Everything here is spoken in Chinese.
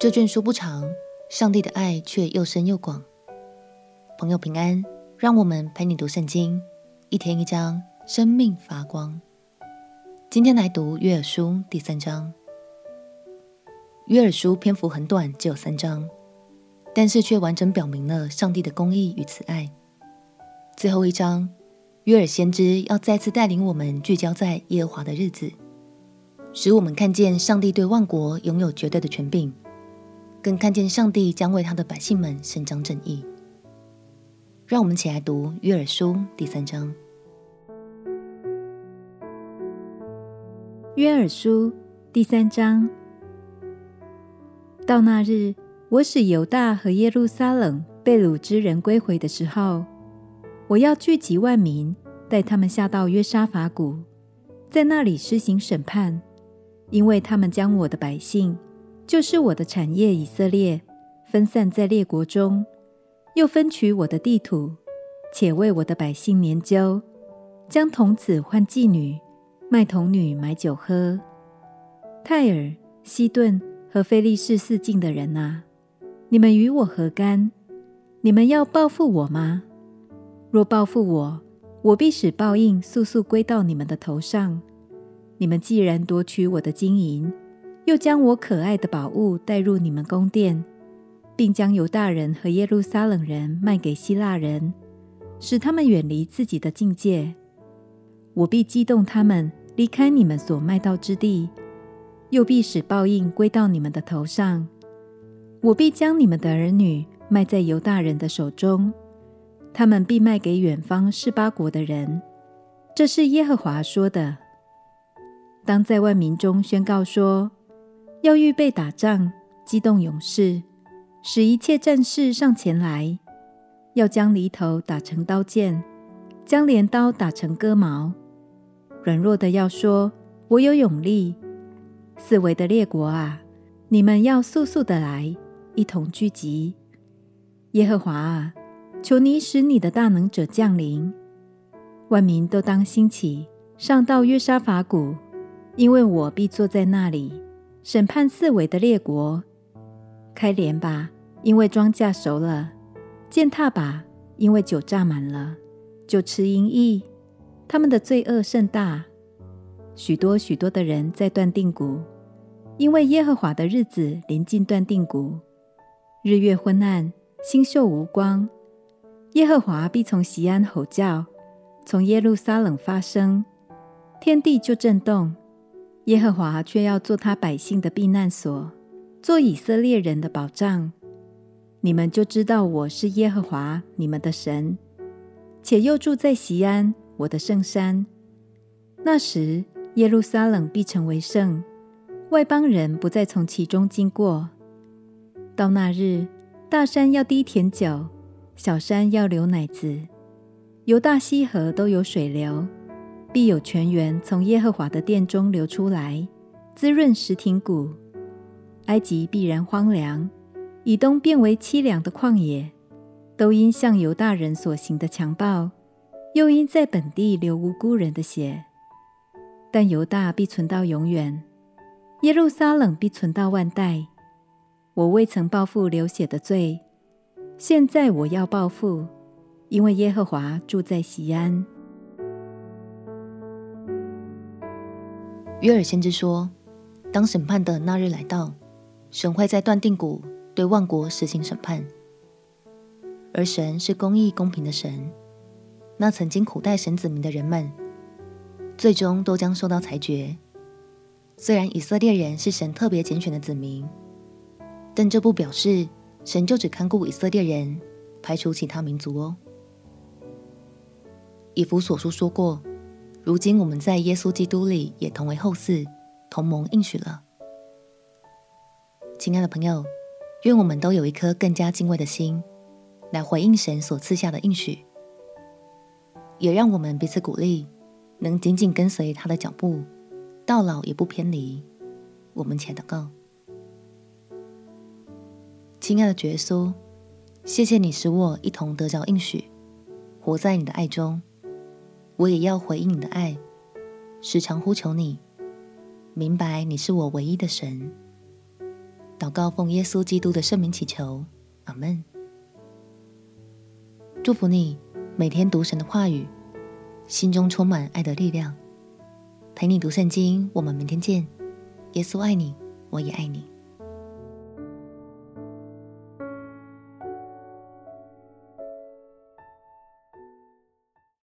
这卷书不长，上帝的爱却又深又广。朋友平安，让我们陪你读圣经，一天一章，生命发光。今天来读约珥书第3章。约珥书篇幅很短，只有3章，但是却完整表明了上帝的公义与慈爱。最后一章，约珥先知要再次带领我们聚焦在耶和华的日子，使我们看见上帝对万国拥有绝对的权柄，更看见上帝将为他的百姓们伸张正义。让我们一起来读约珥书第3章。 约珥书第3章。到那日，我使犹大和耶路撒冷被掳之人归回的时候，我要聚集万民，带他们下到约沙法谷，在那里施行审判，因为他们将我的百姓，就是我的产业以色列，分散在列国中，又分取我的地土，且为我的百姓研究，将童子换妓女，卖童女买酒喝。泰尔、西顿和非利士四境的人啊，你们与我何干？你们要报复我吗？若报复我，我必使报应速速归到你们的头上。你们既然夺取我的金银，又将我可爱的宝物带入你们宫殿，并将犹大人和耶路撒冷人卖给希腊人，使他们远离自己的境界，我必激动他们离开你们所卖到之地，又必使报应归到你们的头上。我必将你们的儿女卖在犹大人的手中，他们必卖给远方示巴国的人。这是耶和华说的。当在万民中宣告说，要预备打仗，激动勇士，使一切战士上前来，要将犁头打成刀剑，将镰刀打成割毛。软弱的要说，我有勇力。四围的列国啊，你们要速速的来，一同聚集。耶和华啊，求你使你的大能者降临。万民都当兴起，上到约沙法谷，因为我必坐在那里，审判四围的列国。开镰吧，因为庄稼熟了；践踏吧，因为酒榨满了。酒池盈溢，他们的罪恶甚大。许多许多的人在断定谷，因为耶和华的日子临近断定谷。日月昏暗，星宿无光。耶和华必从锡安吼叫，从耶路撒冷发声，天地就震动。耶和华却要做他百姓的避难所，做以色列人的保障。你们就知道我是耶和华你们的神，且又住在锡安我的圣山。那时耶路撒冷必成为圣，外邦人不再从其中经过。到那日，大山要滴甜酒，小山要流奶子，犹大溪河都有水流，必有泉源从耶和华的殿中流出来，滋润石亭谷。埃及必然荒凉，以东变为凄凉的旷野，都因向犹大人所行的强暴，又因在本地流无辜人的血。但犹大必存到永远，耶路撒冷必存到万代。我未曾报复流血的罪，现在我要报复，因为耶和华住在锡安。 约珥先知说，当审判的那日来到，神会在断定谷对万国实行审判。而神是公义公平的神，那曾经苦待神子民的人们，最终都将受到裁决。虽然以色列人是神特别拣选的子民，但这不表示神就只看顾以色列人，排除其他民族哦。以弗所书说过，如今我们在耶稣基督里也同为后嗣，同蒙应许了。亲爱的朋友，愿我们都有一颗更加敬畏的心，来回应神所赐下的应许，也让我们彼此鼓励，能紧紧跟随他的脚步，到老也不偏离。我们一起来祷告。亲爱的主耶稣，谢谢你使我一同得着应许，活在你的爱中。我也要回应你的爱，时常呼求你，明白你是我唯一的神。 祷告奉耶稣基督的圣名祈求，阿们。祝福你每天读神的话语，心中充满爱的力量。陪你读圣经，我们明天见。耶稣爱你，我也爱你。